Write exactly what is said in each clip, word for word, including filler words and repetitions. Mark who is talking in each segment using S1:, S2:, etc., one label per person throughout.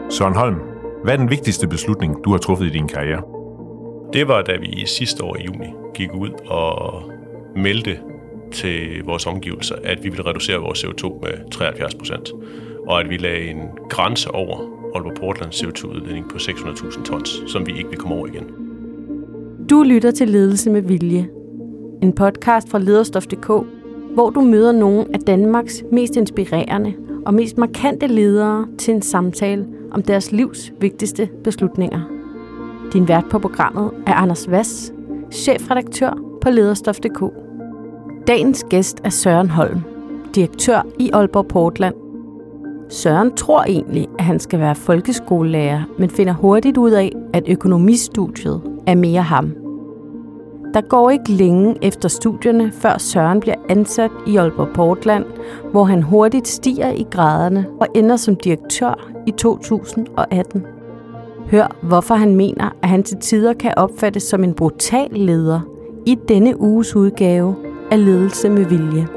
S1: Søren Holm, hvad er den vigtigste beslutning, du har truffet i din karriere?
S2: Det var, da vi sidste år i juni gik ud og meldte til vores omgivelser, at vi ville reducere vores C O to med treoghalvfjerds procent, og at vi lagde en grænse over Aalborg Portlands C O to udledning på seks hundrede tusind tons, som vi ikke vil komme over igen.
S3: Du lytter til Ledelse med Vilje, en podcast fra lederstof punktum d k, hvor du møder nogle af Danmarks mest inspirerende og mest markante ledere til en samtale om deres livs vigtigste beslutninger. Din vært på programmet er Anders Hvass, chefredaktør på lederstof punktum d k. Dagens gæst er Søren Holm, direktør i Aalborg Portland. Søren tror egentlig, at han skal være folkeskolelærer, men finder hurtigt ud af, at økonomistudiet er mere ham. Der går ikke længe efter studierne, før Søren bliver ansat i Aalborg Portland, hvor han hurtigt stiger i graderne og ender som direktør i to tusind og atten. Hør, hvorfor han mener, at han til tider kan opfattes som en brutal leder i denne uges udgave af Ledelse med Vilje.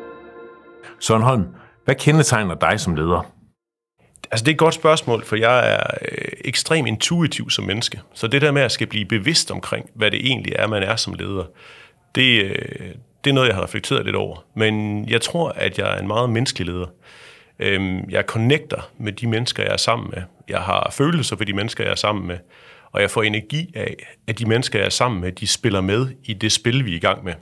S1: Søren Holm, hvad kendetegner dig som leder?
S2: Altså, det er et godt spørgsmål, for jeg er øh, ekstremt intuitiv som menneske. Så det der med, at jeg skal blive bevidst omkring, hvad det egentlig er, man er som leder, det, øh, det er noget, jeg har reflekteret lidt over. Men jeg tror, at jeg er en meget menneskelig leder. Øh, jeg connecter med de mennesker, jeg er sammen med. Jeg har følelser for de mennesker, jeg er sammen med. Og jeg får energi af, at de mennesker, jeg er sammen med, de spiller med i det spil, vi er i gang med.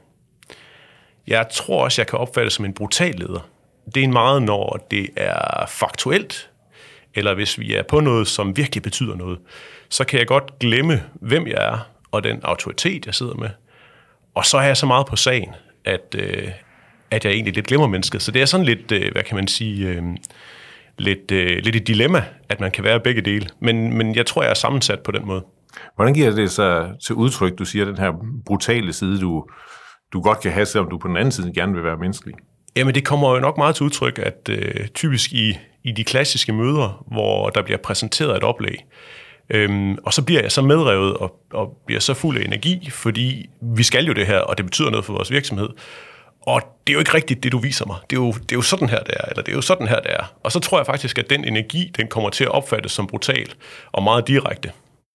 S2: Jeg tror også, jeg kan opfatte som en brutal leder. Det er meget, når det er faktuelt, eller hvis vi er på noget, som virkelig betyder noget, så kan jeg godt glemme, hvem jeg er, og den autoritet, jeg sidder med. Og så er jeg så meget på sagen, at, øh, at jeg egentlig lidt glemmer mennesket. Så det er sådan lidt, øh, hvad kan man sige, øh, lidt, øh, lidt et dilemma, at man kan være begge dele. Men, men jeg tror, jeg er sammensat på den måde.
S1: Hvordan giver det så til udtryk, du siger, den her brutale side, du, du godt kan have, selvom du på den anden side gerne vil være menneskelig?
S2: Jamen, det kommer jo nok meget til udtryk, at øh, typisk i, i de klassiske møder, hvor der bliver præsenteret et oplæg, øhm, og så bliver jeg så medrevet og, og bliver så fuld af energi, fordi vi skal jo det her, og det betyder noget for vores virksomhed. Og det er jo ikke rigtigt, det du viser mig. Det er jo, det er jo sådan her, det er, eller det er jo sådan her, det er. Og så tror jeg faktisk, at den energi, den kommer til at opfattes som brutal og meget direkte.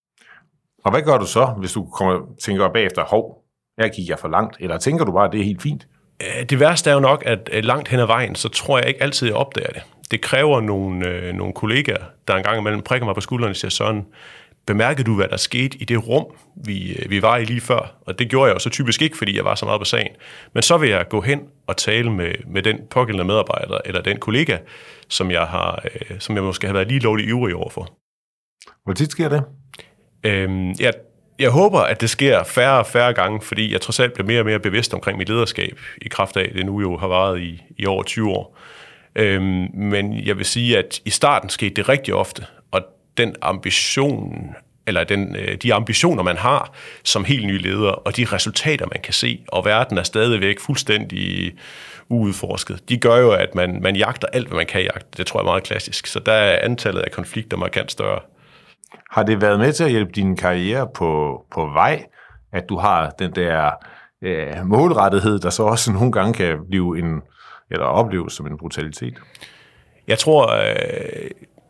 S1: Og hvad gør du så, hvis du kommer, tænker bagefter, hov, her gik jeg for langt, eller tænker du bare, at det er helt fint?
S2: Det værste er jo nok, at langt hen ad vejen, så tror jeg ikke altid, jeg opdager det. Det kræver nogle, øh, nogle kollegaer, der en gang imellem prikker mig på skulderen og siger, Søren, bemærkede du, hvad der skete i det rum, vi, vi var i lige før? Og det gjorde jeg jo så typisk ikke, fordi jeg var så meget på sagen. Men så vil jeg gå hen og tale med, med den pågældende medarbejder, eller den kollega, som jeg, har, øh, som jeg måske har været lige lovlig ivrig overfor.
S1: Hvor tit sker det?
S2: Øhm, jeg Jeg håber, at det sker færre og færre gange, fordi jeg trods alt bliver mere og mere bevidst omkring mit lederskab, i kraft af, det nu jo har varet i, i over tyve år. Øhm, men jeg vil sige, at i starten skete det rigtig ofte, og den ambition, eller den, de ambitioner, man har som helt ny leder, og de resultater, man kan se, og verden er stadigvæk fuldstændig uudforsket, de gør jo, at man, man jagter alt, hvad man kan jagte. Det tror jeg er meget klassisk. Så der er antallet af konflikter markant større.
S1: Har det været med til at hjælpe din karriere på, på vej, at du har den der øh, målrettighed, der så også nogle gange kan blive en, eller opleves som en brutalitet?
S2: Jeg tror, øh,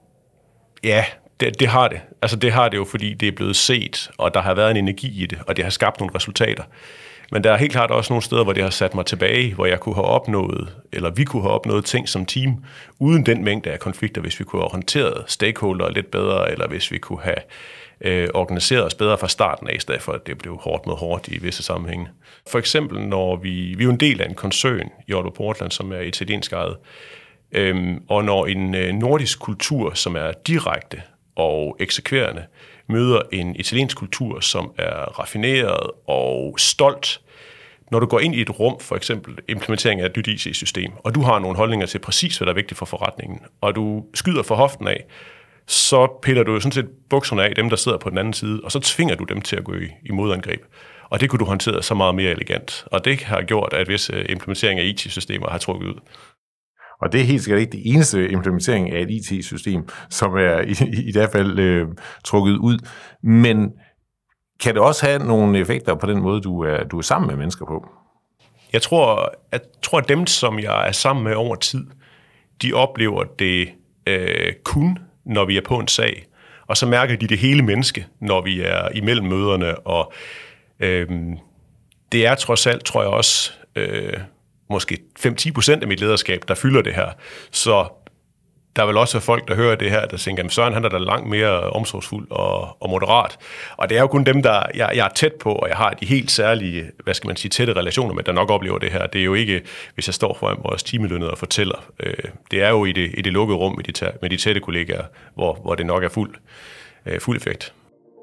S2: ja, det, det har det. Altså det har det jo, fordi det er blevet set, og der har været en energi i det, og det har skabt nogle resultater. Men der er helt klart også nogle steder, hvor det har sat mig tilbage, hvor jeg kunne have opnået, eller vi kunne have opnået ting som team, uden den mængde af konflikter, hvis vi kunne have håndteret stakeholder lidt bedre, eller hvis vi kunne have øh, organiseret os bedre fra starten af, i stedet for at det blev hårdt mod hårdt i visse sammenhænge. For eksempel, når vi, vi er jo en del af en koncern i Aalborg Portland, som er italiensk ejet, øhm, og når en øh, nordisk kultur, som er direkte og eksekverende, møder en italiensk kultur, som er raffineret og stolt. Når du går ind i et rum, for eksempel implementering af et nyt I C-system, og du har nogle holdninger til præcis, hvad der er vigtigt for forretningen, og du skyder for hoften af, så piller du jo sådan set bukserne af dem, der sidder på den anden side, og så tvinger du dem til at gå i, i modangreb. Og det kunne du håndtere så meget mere elegant. Og det har gjort, at visse implementering af I T-systemer har trukket ud.
S1: Og det er helt sikkert ikke det eneste implementering af et I T-system, som er i, i, i hvert fald øh, trukket ud. Men kan det også have nogle effekter på den måde, du er, du er sammen med mennesker på?
S2: Jeg tror, at, tror, at dem, som jeg er sammen med over tid, de oplever det øh, kun når vi er på en sag. Og så mærker de det hele menneske, når vi er imellem møderne. Og øh, det er trods alt, tror jeg også, øh, måske fem til ti procent af mit lederskab, der fylder det her. Så der vil også være folk, der hører det her, der tænker, at Søren han er da langt mere omsorgsfuld og, og moderat. Og det er jo kun dem, der jeg, jeg er tæt på, og jeg har de helt særlige, hvad skal man sige, tætte relationer med, der nok oplever det her. Det er jo ikke, hvis jeg står foran vores timelønnede og fortæller. Øh, det er jo i det, i det lukkede rum med de, med de tætte kollegaer, hvor, hvor det nok er fuld, øh, fuld effekt.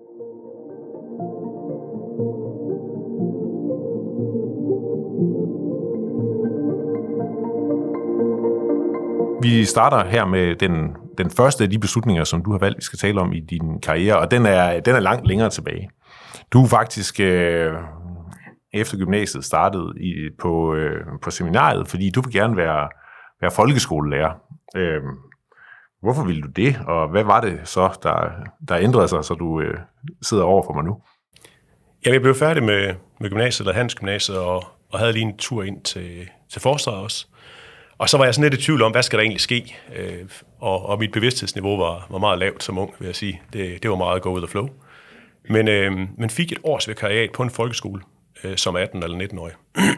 S1: Vi starter her med den, den første af de beslutninger, som du har valgt, vi skal tale om i din karriere, og den er, den er langt længere tilbage. Du er faktisk øh, efter gymnasiet startet i, på, øh, på seminariet, fordi du vil gerne være, være folkeskolelærer. Øh, hvorfor ville du det, og hvad var det så, der, der ændrede sig, så du øh, sidder over for mig nu?
S2: Ja, jeg blev færdig med, med gymnasiet, eller Hans Gymnasiet, og, og havde lige en tur ind til, til forsvaret også. Og så var jeg sådan lidt i tvivl om, hvad skal der egentlig ske? Øh, og, og mit bevidsthedsniveau var, var meget lavt som ung, vil jeg sige. Det, det var meget go with the flow. Men, øh, men fik et års vikariat på en folkeskole øh, som atten- eller nitten-årig.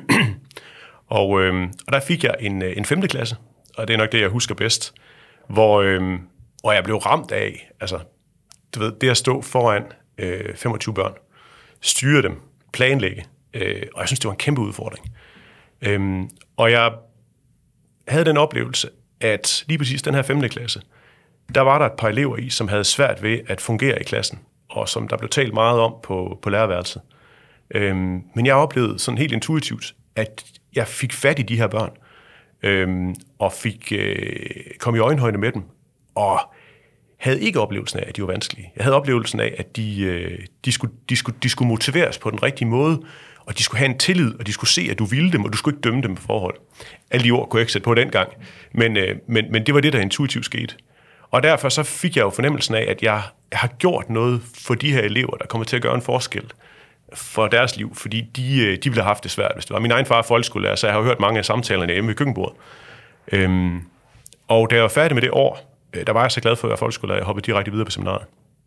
S2: og, øh, og der fik jeg en, en femte klasse, og det er nok det, jeg husker bedst, hvor, øh, hvor jeg blev ramt af, altså, du ved, det at stå foran øh, femogtyve børn, styre dem, planlægge, øh, og jeg synes, det var en kæmpe udfordring. Øh, og jeg havde den oplevelse, at lige præcis den her femte klasse, der var der et par elever i, som havde svært ved at fungere i klassen, og som der blev talt meget om på, på lærerværelset. Øhm, men jeg oplevede sådan helt intuitivt, at jeg fik fat i de her børn, øhm, og fik øh, kom i øjenhøjde med dem, og havde ikke oplevelsen af, at de var vanskelige. Jeg havde oplevelsen af, at de, øh, de, skulle, de, skulle, de skulle motiveres på den rigtige måde, og de skulle have en tillid, og de skulle se, at du ville dem, og du skulle ikke dømme dem på forhold. Alle de ord kunne jeg ikke sætte på dengang, men, øh, men, men det var det, der intuitivt skete. Og derfor så fik jeg jo fornemmelsen af, at jeg, jeg har gjort noget for de her elever, der kommer til at gøre en forskel for deres liv, fordi de, de ville have haft det svært, hvis det var. Min egen far er folkeskolelærer, så jeg har jo hørt mange af samtalerne hjemme ved køkkenbordet. Øhm, og da jeg var færdig med det år, der var jeg så glad for at være folkeskolelærer, jeg hoppede direkte videre på seminariet.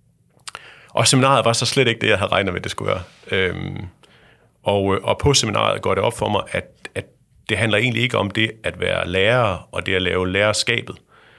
S2: Og seminariet var så slet ikke det, jeg havde regnet med, det skulle være. Øhm, og, og på seminariet går det op for mig, at, at det handler egentlig ikke om det at være lærer og det at lave lærerskabet.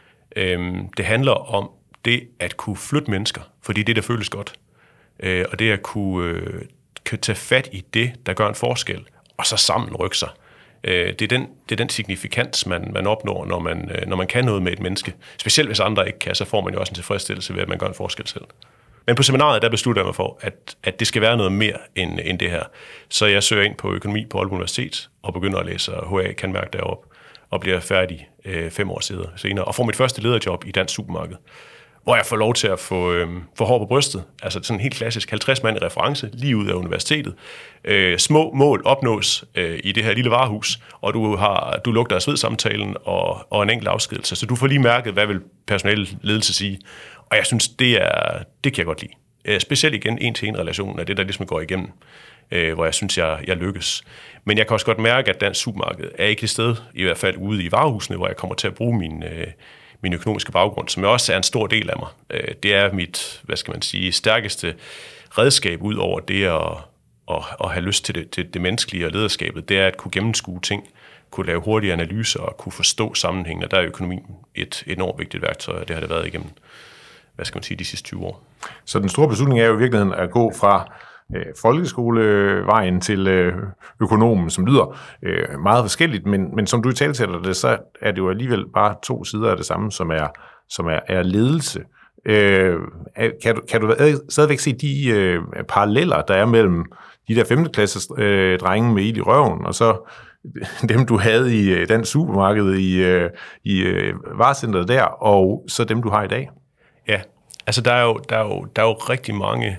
S2: Øhm, det handler om det at kunne flytte mennesker, fordi det, der føles godt. Øh, og det at kunne, øh, kunne tage fat i det, der gør en forskel, og så sammen rykke sig. Øh, det, er den, det er den signifikans, man, man opnår, når man, øh, når man kan noget med et menneske. Specielt hvis andre ikke kan, så får man jo også en tilfredsstillelse ved, at man gør en forskel selv. Men på seminariet, der beslutter jeg mig for, at, at det skal være noget mere end, end det her. Så jeg søger ind på økonomi på Aalborg Universitet, og begynder at læse H A Cand.Merc deroppe, og bliver færdig øh, fem år senere, og får mit første lederjob i Dansk Supermarked, hvor jeg får lov til at få, øh, få hår på brystet, altså sådan en helt klassisk halvtreds mand i reference, lige ud af universitetet. Øh, små mål opnås øh, i det her lille varehus, og du, har, du lugter af svedsamtalen og, og en enkelt afskedelse, så du får lige mærket, hvad vil personaleledelse sige. Og jeg synes, det, er, det kan jeg godt lide. Øh, specielt igen en-til-en-relationen er det, der ligesom går igennem, øh, hvor jeg synes, jeg, jeg lykkes. Men jeg kan også godt mærke, at Dansk Supermarked er ikke et sted, i hvert fald ude i varehusene, hvor jeg kommer til at bruge min... Øh, min økonomiske baggrund, som også er en stor del af mig. Det er mit, hvad skal man sige, stærkeste redskab ud over det at, at, at have lyst til det, til det menneskelige og lederskabet. Det er at kunne gennemskue ting, kunne lave hurtige analyser og kunne forstå sammenhængen. Og der er økonomien et enormt vigtigt værktøj, og det har det været igennem, hvad skal man sige, de sidste tyve år.
S1: Så den store beslutning er jo i virkeligheden at gå fra øh, folkeskolevejen til øh, økonomen, som lyder øh, meget forskelligt, men, men som du i tale sætter det, så er det jo alligevel bare to sider af det samme, som er, som er, er ledelse. Øh, kan, du, kan du stadigvæk se de øh, paralleller, der er mellem de der femte klasses øh, drenge med ild i røven, og så dem, du havde i øh, Dansk Supermarked i, øh, i øh, varecenteret der, og så dem, du har i dag?
S2: Ja, altså der er jo, der er jo, der er jo rigtig mange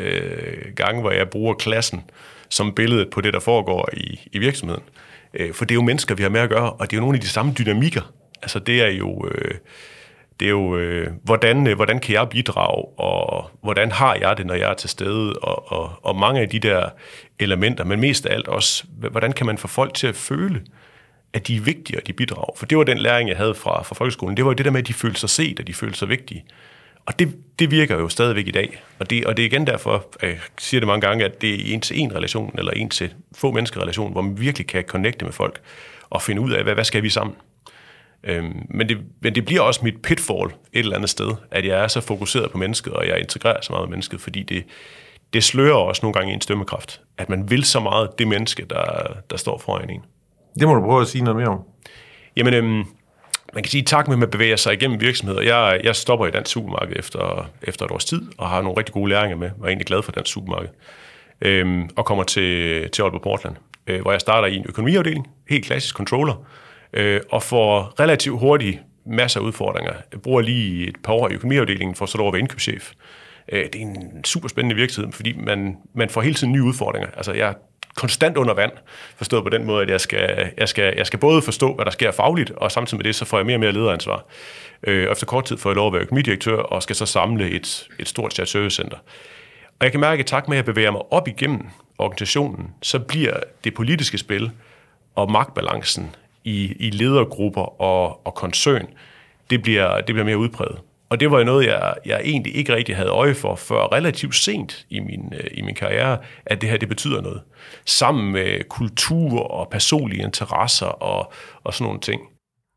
S2: øh, gange, hvor jeg bruger klassen som billede på det, der foregår i, i virksomheden. Øh, for det er jo mennesker, vi har med at gøre, og det er jo nogle af de samme dynamikker. Altså det er jo, øh, det er jo øh, hvordan, øh, hvordan kan jeg bidrage, og hvordan har jeg det, når jeg er til stede, og, og, og mange af de der elementer, men mest af alt også, hvordan kan man få folk til at føle, at de er vigtige, og de bidrager. For det var den læring, jeg havde fra, fra folkeskolen. Det var jo det der med, at de følte sig set, og de følte sig vigtige. Og det, det virker jo stadigvæk i dag. Og det, og det er igen derfor, jeg siger det mange gange, at det er en til en relation, eller en til få mennesker relation, hvor man virkelig kan connecte med folk, og finde ud af, hvad, hvad skal vi sammen. Øhm, men, det, men det bliver også mit pitfall et eller andet sted, at jeg er så fokuseret på mennesket, og jeg integrerer så meget med mennesket, fordi det, det slører også nogle gange en stømmekraft, at man vil så meget det menneske, der, der står foran en.
S1: Det må du prøve at sige noget mere om.
S2: Jamen, øhm, man kan sige, tak med, at man bevæger sig igennem virksomheder. Jeg, jeg stopper i dansk supermarked efter, efter et års tid, og har nogle rigtig gode læringer med, og er egentlig glad for dansk supermarked. Øhm, og kommer til, til Aalborg Portland, øh, hvor jeg starter i en økonomiafdeling, helt klassisk controller, øh, og får relativt hurtigt masser af udfordringer. Jeg bruger lige et par år i økonomiafdelingen for så lov at være indkøbschef. Øh, det er en super spændende virksomhed, fordi man, man får hele tiden nye udfordringer. Altså, jeg konstant under vand, forstået på den måde, at jeg skal, jeg skal, jeg skal både forstå, hvad der sker fagligt, og samtidig med det, så får jeg mere og mere lederansvar. Øh, efter kort tid får jeg lov at være økonomidirektør, og skal så samle et, et stort shared service center. Og jeg kan mærke, at tak med, at jeg bevæger mig op igennem organisationen, så bliver det politiske spil og magtbalancen i, i ledergrupper og, og koncern, det bliver, det bliver mere udpræget. Og det var jo noget, jeg, jeg egentlig ikke rigtig havde øje for, før relativt sent i min, i min karriere, at det her, det betyder noget. Sammen med kultur og personlige interesser og, og sådan nogle ting.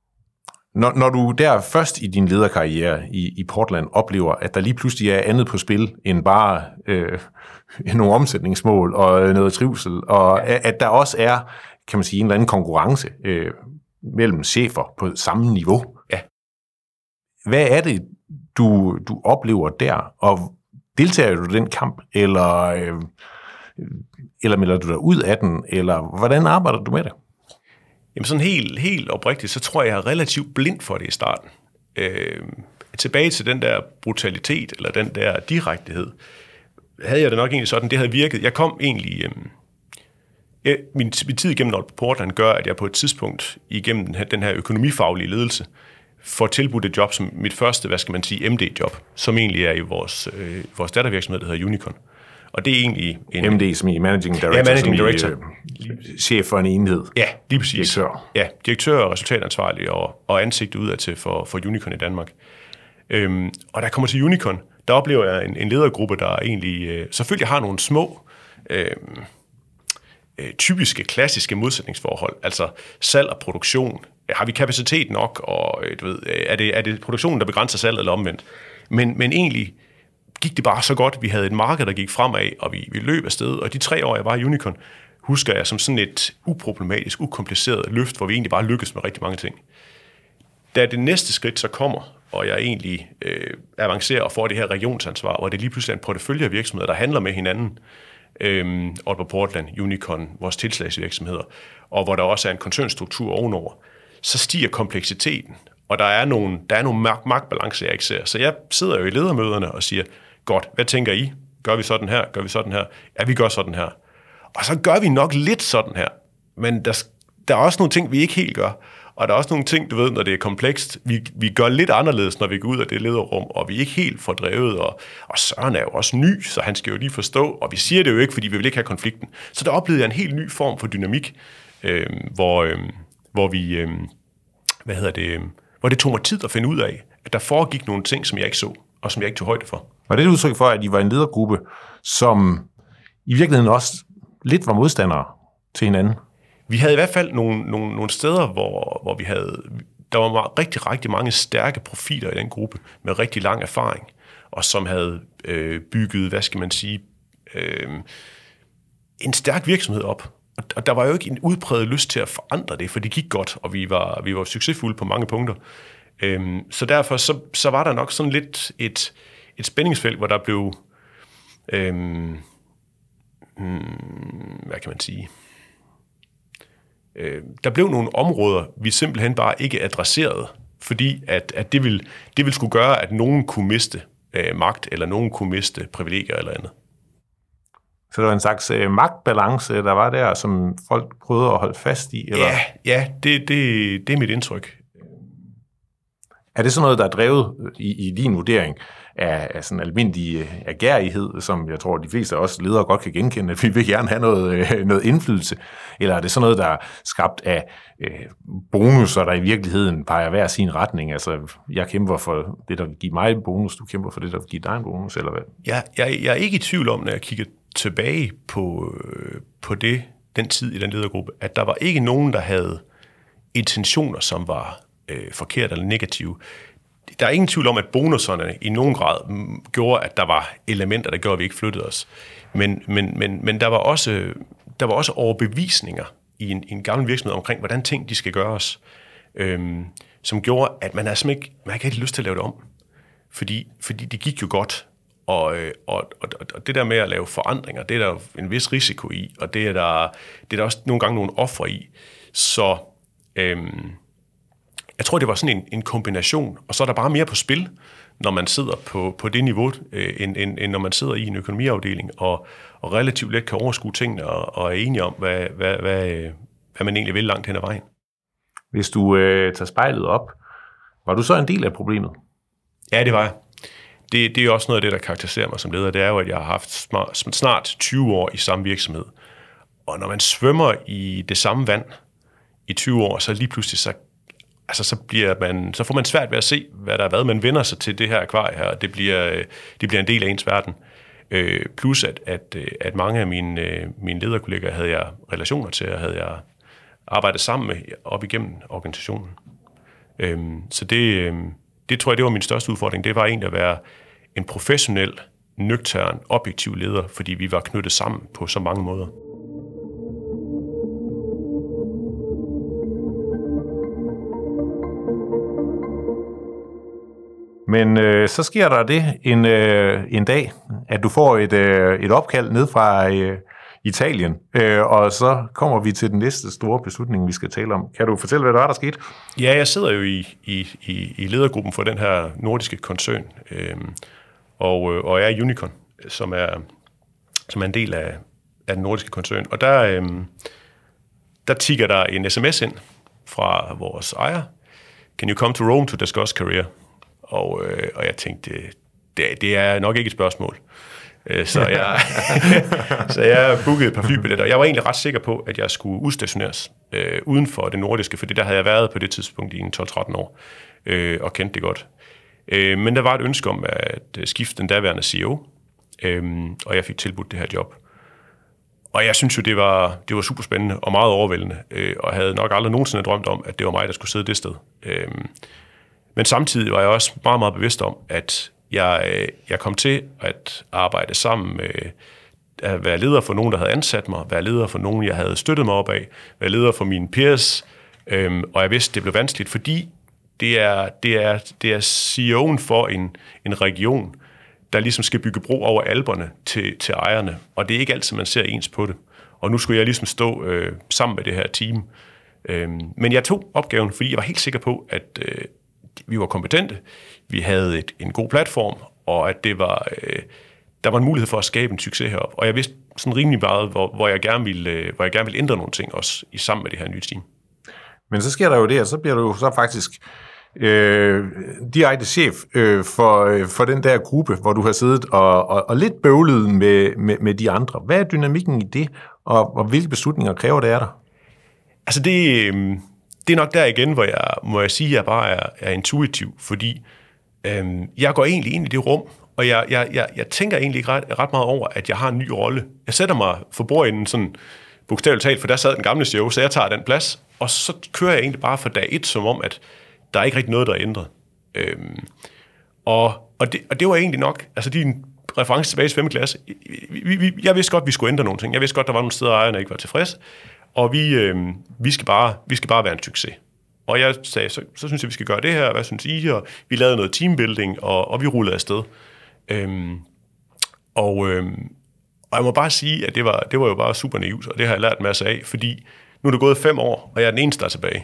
S1: Når, når du der først i din lederkarriere i, i Portland oplever, at der lige pludselig er andet på spil, end bare øh, nogle omsætningsmål og noget trivsel, og at, at der også er, kan man sige, en eller anden konkurrence øh, mellem chefer på samme niveau.
S2: Ja.
S1: Hvad er det, du, du oplever der, og deltager du i den kamp, eller, øh, eller melder du dig ud af den, eller hvordan arbejder du med det?
S2: Jamen sådan helt, helt oprigtigt, så tror jeg, jeg er relativt blind for det i starten. Øh, tilbage til den der brutalitet, eller den der direktehed, havde jeg det nok egentlig sådan, det havde virket. Jeg kom egentlig... Øh, jeg, min, min tid igennem Aalborg Portland gør, at jeg på et tidspunkt igennem den her, den her økonomifaglige ledelse, får tilbudt et job som mit første, hvad skal man sige, M D-job, som egentlig er i vores, øh, vores dattervirksomhed, der hedder Unicon. Og det er egentlig... En,
S1: M D som i Managing Director,
S2: ja, Managing Director.
S1: Som i, øh, chef for en enhed.
S2: Ja, lige præcis.
S1: Direktør.
S2: Ja, direktør og resultatansvarlig og, og ansigt udad til for, for Unicon i Danmark. Øhm, og da jeg kommer til Unicon, der oplever jeg en, en ledergruppe, der egentlig øh, selvfølgelig har nogle små... Øh, typiske, klassiske modsætningsforhold, altså salg og produktion. Har vi kapacitet nok, og du ved, er, det, er det produktionen, der begrænser salg eller omvendt? Men, men egentlig gik det bare så godt. Vi havde et marked, der gik fremad, og vi, vi løb afsted. Og de tre år, jeg var i Unicon, husker jeg som sådan et uproblematisk, ukompliceret løft, hvor vi egentlig bare lykkedes med rigtig mange ting. Da det næste skridt så kommer, og jeg egentlig øh, avancerer og får det her regionsansvar, hvor det lige pludselig er en portefølje af virksomheder, der handler med hinanden, Øhm, Aalborg Portland, Unicon, vores tilslagsvirksomheder, og hvor der også er en koncernstruktur ovenover, så stiger kompleksiteten, og der er nogle, der er nogle magt- magtbalancer, jeg ikke ser. Så jeg sidder jo i ledermøderne og siger, godt, hvad tænker I? Gør vi sådan her? Gør vi sådan her? Ja, vi gør sådan her. Og så gør vi nok lidt sådan her, men der, der er også nogle ting, vi ikke helt gør. Og der er også nogle ting, du ved, når det er komplekst, vi, vi gør lidt anderledes, når vi går ud af det lederrum, og vi er ikke helt fordrevet, og, og Søren er jo også ny, så han skal jo lige forstå, og vi siger det jo ikke, fordi vi vil ikke have konflikten. Så der oplevede jeg en helt ny form for dynamik, øh, hvor, øh, hvor vi, øh, hvad hedder det, øh, hvor det tog mig tid at finde ud af, at der foregik nogle ting, som jeg ikke så, og som jeg ikke tog højde for.
S1: Var det et udtryk for, at I var en ledergruppe, som i virkeligheden også lidt var modstandere til hinanden?
S2: Vi havde i hvert fald nogle, nogle, nogle steder, hvor, hvor vi havde, der var rigtig, rigtig mange stærke profiler i den gruppe, med rigtig lang erfaring, og som havde øh, bygget, hvad skal man sige, øh, en stærk virksomhed op. Og der var jo ikke en udpræget lyst til at forandre det, for det gik godt, og vi var, vi var succesfulde på mange punkter. Øh, så derfor så, så var der nok sådan lidt et, et spændingsfelt, hvor der blev, øh, hmm, hvad kan man sige... Der blev nogle områder, vi simpelthen bare ikke adresserede, fordi at, at det, ville, det ville skulle gøre, at nogen kunne miste øh, magt, eller nogen kunne miste privilegier eller andet.
S1: Så der var en slags øh, magtbalance, der var der, som folk prøvede at holde fast i? Eller?
S2: Ja, ja det, det, det er mit indtryk.
S1: Er det sådan noget, der er drevet i, i din vurdering af, af sådan almindelig agerighed, som jeg tror, de fleste af os ledere godt kan genkende, at vi vil gerne have noget, noget indflydelse? Eller er det sådan noget, der er skabt af øh, bonusser, der i virkeligheden peger hver sin retning? Altså, jeg kæmper for det, der vil give mig en bonus, du kæmper for det, der vil give dig en bonus, eller hvad?
S2: Jeg, jeg, jeg er ikke i tvivl om, når jeg kigger tilbage på, på det, den tid i den ledergruppe, at der var ikke nogen, der havde intentioner, som var øh, forkerte eller negative. Der er ingen tvivl om, at bonuserne i nogen grad gjorde, at der var elementer, der gjorde, at vi ikke flyttede os. Men, men, men, men der var også, der var også overbevisninger i en, i en gammel virksomhed omkring, hvordan ting de skal gøres, øhm, som gjorde, at man har ikke, man har ikke rigtig lyst til at lave det om. Fordi, fordi det gik jo godt. Og, og, og, og det der med at lave forandringer, det er der en vis risiko i, og det er der, det er der også nogle gange nogle ofre i. Så øhm, jeg tror, det var sådan en, en kombination, og så er der bare mere på spil, når man sidder på, på det niveau, øh, end, end, end når man sidder i en økonomiafdeling, og, og relativt let kan overskue tingene, og, og er enige om, hvad, hvad, hvad, hvad man egentlig vil langt hen ad vejen.
S1: Hvis du øh, tager spejlet op, var du så en del af problemet?
S2: Ja, det var jeg. Det, det er også noget af det, der karakteriserer mig som leder. Det er jo, at jeg har haft snart tyve år i samme virksomhed. Og når man svømmer i det samme vand i tyve år, så lige pludselig så, altså så, bliver man, så får man svært ved at se, hvad der er hvad. Man vender sig til det her akvarie her, og det bliver, det bliver en del af ens verden. Øh, plus at, at, at mange af mine, mine lederkollegaer havde jeg relationer til, og havde jeg arbejdet sammen med op igennem organisationen. Øh, så det... Det tror jeg, det var min største udfordring. Det var egentlig at være en professionel, nøgtern, objektiv leder, fordi vi var knyttet sammen på så mange måder.
S1: Men øh, så sker der det en, øh, en dag, at du får et, øh, et opkald ned fra øh, Italien, øh, og så kommer vi til den næste store beslutning, vi skal tale om. Kan du fortælle, hvad der er, der skete?
S2: Ja, jeg sidder jo i, i, i ledergruppen for den her nordiske koncern, øh, og, og jeg er Unicon, som er, som er en del af, af den nordiske koncern. Og der, øh, der tigger der en sms ind fra vores ejer. Can you come to Rome to discuss career? Og, øh, og jeg tænkte, det, det er nok ikke et spørgsmål. Så jeg, så jeg bookede et par flybilletter. Jeg var egentlig ret sikker på, at jeg skulle udstationeres øh, uden for det nordiske, fordi der havde jeg været på det tidspunkt i tolv tretten år, øh, og kendte det godt. Øh, men der var et ønske om at skifte den daværende C E O, øh, og jeg fik tilbudt det her job. Og jeg synes jo, det var, det var super spændende og meget overvældende, øh, og havde nok aldrig nogensinde drømt om, at det var mig, der skulle sidde det sted. Øh, men samtidig var jeg også meget, meget bevidst om, at Jeg, jeg kom til at arbejde sammen med at være leder for nogen, der havde ansat mig, være leder for nogen, jeg havde støttet mig op af, være leder for mine peers, øhm, og jeg vidste, det blev vanskeligt, fordi det er, det er, det er C E O'en for en, en region, der ligesom skal bygge bro over Alperne til, til ejerne, og det er ikke altid, man ser ens på det. Og nu skulle jeg ligesom stå øh, sammen med det her team. Øhm, men jeg tog opgaven, fordi jeg var helt sikker på, at øh, vi var kompetente, vi havde et, en god platform, og at det var, øh, der var en mulighed for at skabe en succes heroppe. Og jeg vidste sådan rimelig meget, hvor, hvor, jeg gerne ville, øh, hvor jeg gerne ville ændre nogle ting, også i sammen med det her nye team.
S1: Men så sker der jo det, og så bliver du jo så faktisk øh, direkte chef øh, for, øh, for den der gruppe, hvor du har siddet og, og, og lidt bøvlet med, med, med de andre. Hvad er dynamikken i det, og, og hvilke beslutninger kræver det af dig?
S2: Altså det... Øh, Det er nok der igen, hvor jeg må jeg sige, at jeg bare er, er intuitiv, fordi øhm, jeg går egentlig ind i det rum, og jeg, jeg, jeg, jeg tænker egentlig ikke ret, ret meget over, at jeg har en ny rolle. Jeg sætter mig for bordenden sådan bogstaveligt talt, for der sad den gamle C E O, så jeg tager den plads, og så kører jeg egentlig bare fra dag et, som om, at der er ikke rigtig noget, der er ændret. Øhm, og, og, det, og det var egentlig nok, altså din reference tilbage i femte klasse, vi, vi, jeg vidste godt, at vi skulle ændre nogle ting. Jeg vidste godt, der var nogle steder, ejerne ikke var tilfredse. Og vi, øh, vi, skal bare, vi skal bare være en succes. Og jeg sagde, så, så synes jeg, vi skal gøre det her. Hvad synes I? Og vi lavede noget teambuilding, og, og vi rullede afsted. Øhm, og, øhm, og jeg må bare sige, at det var, det var jo bare super naivt, og det har jeg lært masser af, fordi nu er det gået fem år, og jeg er den eneste, der er tilbage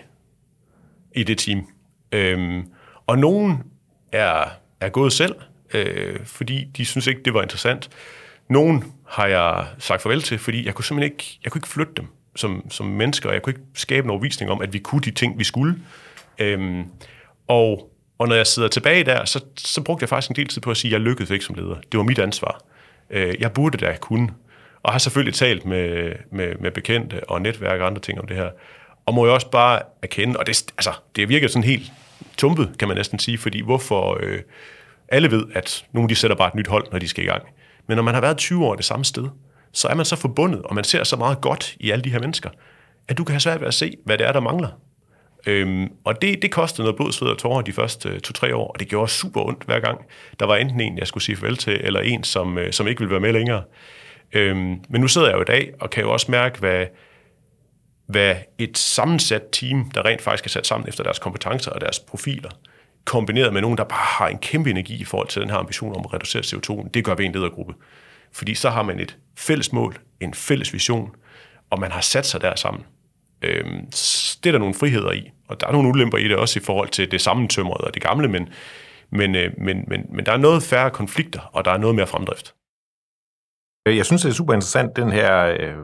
S2: i det team. Øhm, og nogen er, er gået selv, øh, fordi de synes ikke, det var interessant. Nogen har jeg sagt farvel til, fordi jeg kunne simpelthen ikke, jeg kunne ikke flytte dem som, som mennesker, og jeg kunne ikke skabe en overbevisning om, at vi kunne de ting, vi skulle. Øhm, og, Og når jeg sidder tilbage der, så, så brugte jeg faktisk en del tid på at sige, at jeg lykkedes ikke som leder. Det var mit ansvar. Jeg burde da kunne. Og har selvfølgelig talt med, med, med bekendte og netværk og andre ting om det her. Og må jeg også bare erkende, og det, altså, det virker sådan helt tumpet, kan man næsten sige, fordi hvorfor øh, alle ved, at nogle de sætter bare et nyt hold, når de skal i gang. Men når man har været tyve år det samme sted, så er man så forbundet, og man ser så meget godt i alle de her mennesker, at du kan have svært ved at se, hvad det er, der mangler. Øhm, og det, det kostede noget blod, sved og tårer de første to-tre år, og det gjorde super ondt hver gang. Der var enten en, jeg skulle sige farvel til, eller en, som, øh, som ikke ville være med længere. Øhm, men nu sidder jeg jo i dag, og kan jo også mærke, hvad, hvad et sammensat team, der rent faktisk er sat sammen efter deres kompetencer og deres profiler, kombineret med nogen, der bare har en kæmpe energi i forhold til den her ambition om at reducere C O to, det gør ved en ledergruppe. Fordi så har man et fælles mål, en fælles vision, og man har sat sig der sammen. Øhm, det er der nogle friheder i, og der er nogle ulemper i det også i forhold til det sammentømrede og det gamle, men, men, øh, men, men, men der er noget færre konflikter, og der er noget mere fremdrift.
S1: Jeg synes, det er super interessant, den her, øh,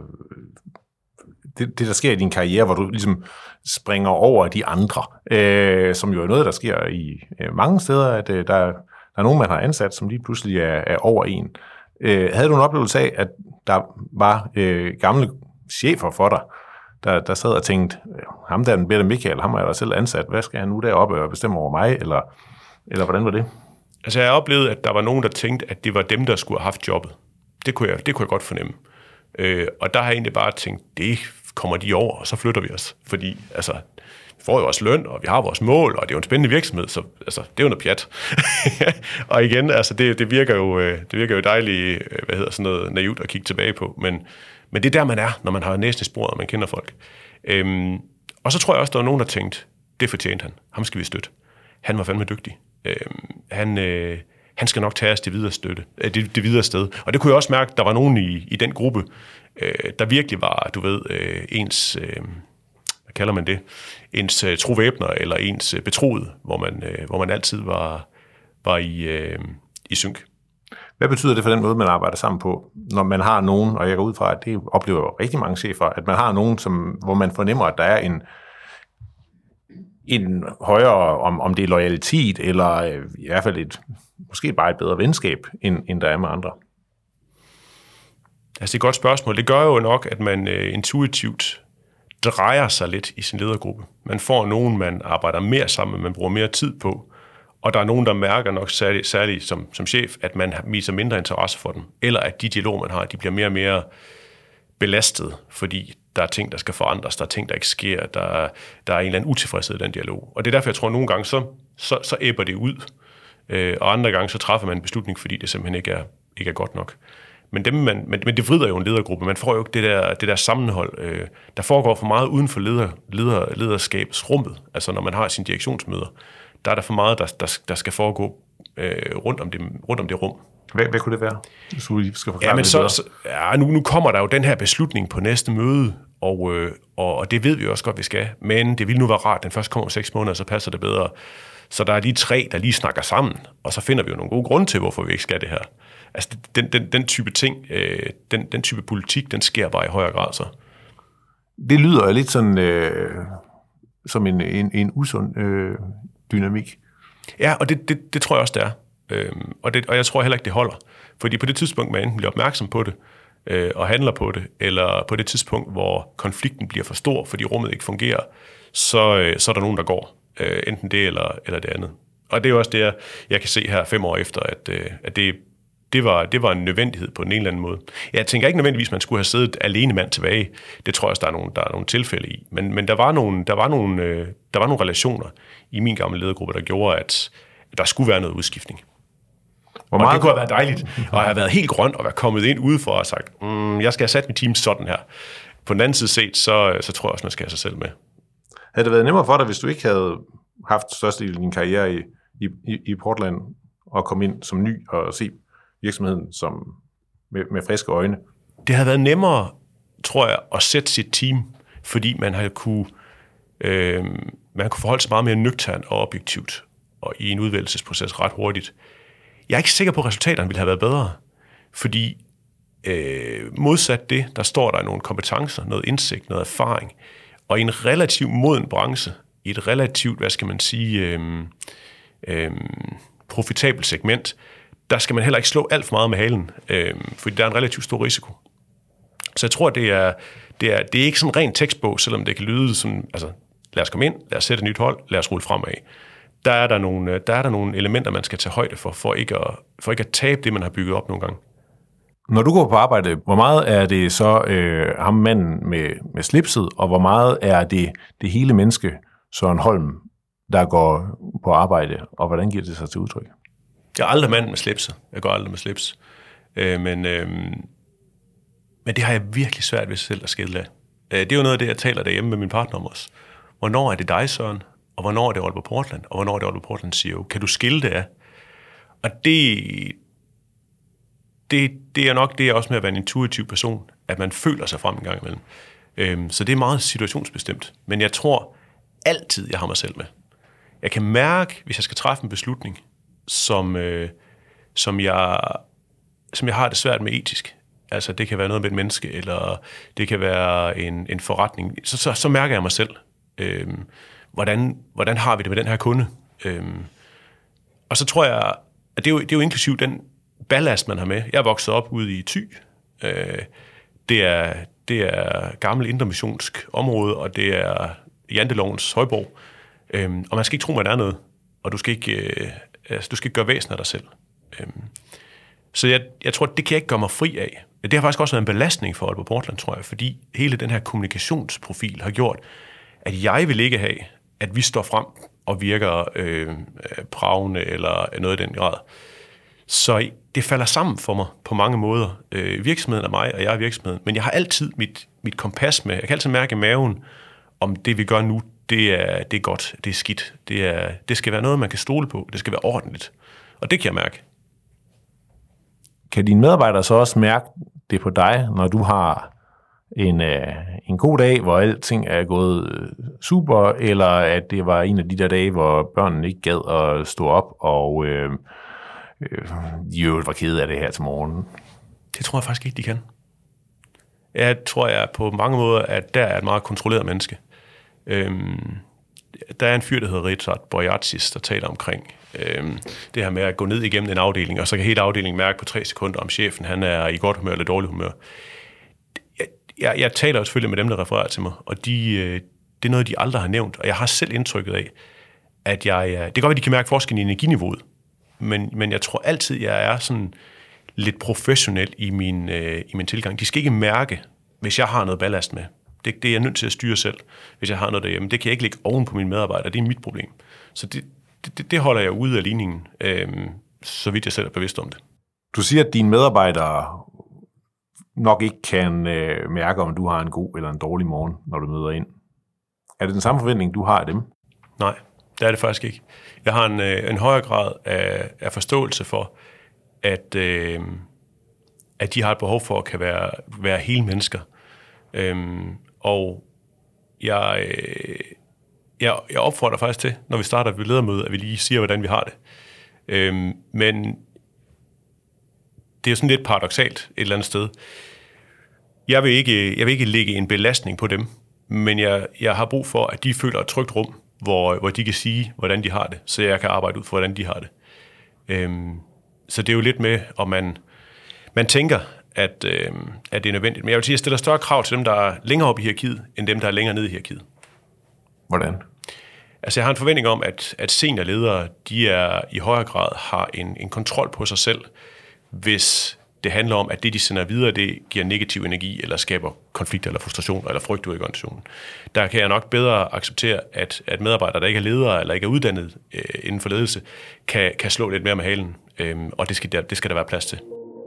S1: det, det, der sker i din karriere, hvor du ligesom springer over de andre, øh, som jo er noget, der sker i øh, mange steder, at øh, der, der er nogen, man har ansat, som lige pludselig er, er over en. Øh, havde du en oplevelse af, at der var øh, gamle chefer for dig, der, der sad og tænkte, ham der, den bedre Michael, ham er der selv ansat, hvad skal han nu deroppe og bestemme over mig, eller, eller hvordan var det?
S2: Altså, jeg oplevede, at der var nogen, der tænkte, at det var dem, der skulle have haft jobbet. Det kunne jeg, det kunne jeg godt fornemme. Øh, og der har jeg egentlig bare tænkt, det kommer de over, og så flytter vi os. Fordi, altså, vi får jo også løn, og vi har vores mål, og det er jo en spændende virksomhed, så altså, det er jo noget pjat. Og igen, altså, det, det, virker jo, det virker jo dejligt, hvad hedder sådan noget, naivt at kigge tilbage på, men, men det er der, man er, når man har næsten i sporet, og man kender folk. Øhm, og så tror jeg også, der var nogen, der tænkte, det fortjente han. Ham skal vi støtte. Han var fandme dygtig. Øhm, han... Øh, han skal nok tage os det videre, støtte, det, det videre sted. Og det kunne jeg også mærke, at der var nogen i, i den gruppe, øh, der virkelig var, du ved, øh, ens, øh, hvad kalder man det, ens øh, trovæbner eller ens øh, betroede, hvor man, øh, hvor man altid var, var i, øh, i synk.
S1: Hvad betyder det for den måde, man arbejder sammen på, når man har nogen, og jeg går ud fra, at det oplever jo rigtig mange chefer, at man har nogen, som, hvor man fornemmer, at der er en en højere, om, om det er loyalitet, eller øh, i hvert fald et, måske bare et bedre venskab, end, end der er med andre?
S2: Altså, det er et godt spørgsmål. Det gør jo nok, at man øh, intuitivt drejer sig lidt i sin ledergruppe. Man får nogen, man arbejder mere sammen med, man bruger mere tid på, og der er nogen, der mærker nok særligt, særligt som, som chef, at man viser mindre interesse for dem, eller at de dialoger, man har, de bliver mere og mere belastet, fordi der er ting, der skal forandres, der er ting, der ikke sker, der, der er en eller anden utilfredshed i den dialog. Og det er derfor, jeg tror, at nogle gange, så, så, så æbber det ud, øh, og andre gange, så træffer man en beslutning, fordi det simpelthen ikke er, ikke er godt nok. Men, dem, man, men, men det vrider jo en ledergruppe. Man får jo ikke det der, det der sammenhold. Øh, der foregår for meget uden for leder, leder, lederskabsrummet. Altså, når man har sine direktionsmøder, der er der for meget, der, der, der skal foregå øh, rundt, om det, rundt om det rum.
S1: Hvad, hvad kunne det være? Så vi skal
S2: ja, men så, så, ja, nu, nu kommer der jo den her beslutning på næste møde, og, øh, og, og det ved vi også godt, vi skal. Men det vil nu være rart, den først kommer om seks måneder, så passer det bedre. Så der er de tre, der lige snakker sammen, og så finder vi jo nogle gode grunde til, hvorfor vi ikke skal det her. Altså, den, den, den type ting, øh, den, den type politik, den sker bare i højere grad så.
S1: Det lyder lidt sådan, øh, som en, en, en usund øh, dynamik.
S2: Ja, og det, det, det tror jeg også, det er. Øhm, og, det, og jeg tror heller ikke, det holder. Fordi på det tidspunkt, man enten bliver opmærksom på det, øh, og handler på det, eller på det tidspunkt, hvor konflikten bliver for stor, fordi rummet ikke fungerer, så, øh, så er der nogen, der går. Øh, enten det eller, eller det andet. Og det er jo også det, jeg, jeg kan se her fem år efter, at, øh, at det, det, var, det var en nødvendighed på en eller anden måde. Jeg tænker ikke nødvendigvis, at man skulle have siddet alene mand tilbage. Det tror jeg også, der er nogle, der er nogle tilfælde i. Men, men der, var nogle, der, var nogle, øh, der var nogle relationer i min gamle ledergruppe, der gjorde, at, at der skulle være noget udskiftning. Hvor meget... Og det kunne have været dejligt, og have været helt grønt og være kommet ind udefra og sagt, mm, jeg skal have sat mit team sådan her. På den anden side set, så, så tror jeg også, man skal have sig selv med.
S1: Havde det været nemmere for dig, hvis du ikke havde haft størstedelen af din karriere i, i, i Portland, og komme ind som ny og se virksomheden som, med, med friske øjne?
S2: Det havde været nemmere, tror jeg, at sætte sit team, fordi man havde kunne, øh, man kunne forholde sig meget mere nøgternt og objektivt, og i en udvælgelsesproces ret hurtigt. Jeg er ikke sikker på, at resultaterne ville have været bedre, fordi øh, modsat det, der står der nogle kompetencer, noget indsigt, noget erfaring, og i en relativt moden branche, i et relativt, hvad skal man sige, øh, øh, profitabelt segment, der skal man heller ikke slå alt for meget med halen, øh, fordi der er en relativt stor risiko. Så jeg tror, det er, det er, det er ikke sådan en ren tekstbog, selvom det kan lyde som, altså, lad os komme ind, lad os sætte et nyt hold, lad os rulle fremad. Der er der nogle, der er der nogle elementer, man skal tage højde for, for ikke, at, for ikke at tabe det, man har bygget op nogle gange.
S1: Når du går på arbejde, hvor meget er det så øh, ham manden med, med slipset, og hvor meget er det det hele menneske, Søren Holm, der går på arbejde, og hvordan giver det sig til udtryk?
S2: Jeg er aldrig manden med slipset. Jeg går aldrig med slips. Øh, men, øh, men det har jeg virkelig svært ved selv at skille af. Øh, det er jo noget af det, jeg taler derhjemme med min partner om også. Hvornår er det dig, Søren? Og hvornår er det Aalborg Portland? Og hvornår er det Aalborg Portland C E O? Kan du skille det af? Og det, det, det er nok det, er også med at være en intuitiv person, at man føler sig frem en gang imellem. Øhm, så det er meget situationsbestemt. Men jeg tror altid, jeg har mig selv med. Jeg kan mærke, hvis jeg skal træffe en beslutning, som, øh, som, jeg, som jeg har det svært med etisk. Altså, det kan være noget med et menneske, eller det kan være en, en forretning. Så, så, så mærker jeg mig selv. Øhm, hvordan, hvordan har vi det med den her kunde? Øhm, og så tror jeg, at det er jo, det er jo inklusiv den ballast, man har med. Jeg er vokset op ude i Thy. Øh, det, er, det er gammel intermissionsk område, og det er Jantelovens højborg. Øhm, og man skal ikke tro, man er noget. Og du skal ikke, øh, altså, du skal ikke gøre væsen af dig selv. Øhm, så jeg, jeg tror, det kan jeg ikke gøre mig fri af. Det har faktisk også været en belastning for Aalborg Portland, tror jeg, fordi hele den her kommunikationsprofil har gjort, at jeg vil ikke have, at vi står frem og virker øh, pravende eller noget i den grad. Så det falder sammen for mig på mange måder. Øh, virksomheden er mig, og jeg er virksomheden. Men jeg har altid mit, mit kompas med. Jeg kan altid mærke i maven, om det vi gør nu, det er, det er godt, det er skidt. Det, er, det skal være noget, man kan stole på. Det skal være ordentligt. Og det kan jeg mærke.
S1: Kan dine medarbejdere så også mærke det på dig, når du har en, øh, en god dag, hvor alting er gået super, eller at det var en af de der dage, hvor børnene ikke gad at stå op, og øh, øh, de jo var kede af det her til morgen?
S2: Det tror jeg faktisk ikke, de kan. Jeg tror jeg på mange måder, at der er et meget kontrolleret menneske. Øhm, der er en fyr, der hedder Richard Boyatsis, der taler omkring øhm, det her med at gå ned igennem en afdeling, og så kan hele afdelingen mærke på tre sekunder, om chefen han er i godt humør eller dårligt humør. Jeg, jeg, jeg taler jo selvfølgelig med dem, der refererer til mig, og de, øh, det er noget, de aldrig har nævnt, og jeg har selv indtrykket af, at jeg, det kan godt være, de kan mærke forskellen i energiniveauet, men, men jeg tror altid, jeg er sådan lidt professionel i min, øh, i min tilgang. De skal ikke mærke, hvis jeg har noget ballast med. Det, det er jeg nødt til at styre selv, hvis jeg har noget derhjemme. Det kan jeg ikke lægge oven på mine medarbejdere. Det er mit problem. Så det, det, det holder jeg ude af ligningen, øh, så vidt jeg selv er bevidst om det.
S1: Du siger, at dine medarbejdere nok ikke kan øh, mærke, om du har en god eller en dårlig morgen, når du møder ind. Er det den samme forventning, du har af dem?
S2: Nej, det er det faktisk ikke. Jeg har en, øh, en højere grad af, af forståelse for, at, øh, at de har et behov for at kan være, være hele mennesker. Øhm, og jeg, øh, jeg, jeg opfordrer faktisk til, når vi starter ved ledermøde, at vi lige siger, hvordan vi har det. Øhm, men det er jo sådan lidt paradoksalt et eller andet sted. Jeg vil ikke, jeg vil ikke lægge en belastning på dem, men jeg, jeg har brug for, at de føler et trygt rum, hvor, hvor de kan sige, hvordan de har det, så jeg kan arbejde ud for, hvordan de har det. Øhm, så det er jo lidt med, om man, man tænker, At, øh, at det er nødvendigt. Men jeg vil sige, at jeg stiller større krav til dem, der er længere op i hierarkiet, end dem, der er længere nede i hierarkiet.
S1: Hvordan?
S2: Altså, jeg har en forventning om, at, at seniorledere, de er i højere grad har en, en kontrol på sig selv, hvis det handler om, at det, de sender videre, det giver negativ energi, eller skaber konflikt, eller frustration, eller frygt ud i organisationen. Der kan jeg nok bedre acceptere, at, at medarbejdere, der ikke er ledere, eller ikke er uddannet øh, inden for ledelse, kan, kan slå lidt mere med halen, øh, og det skal, der, det skal der være plads til.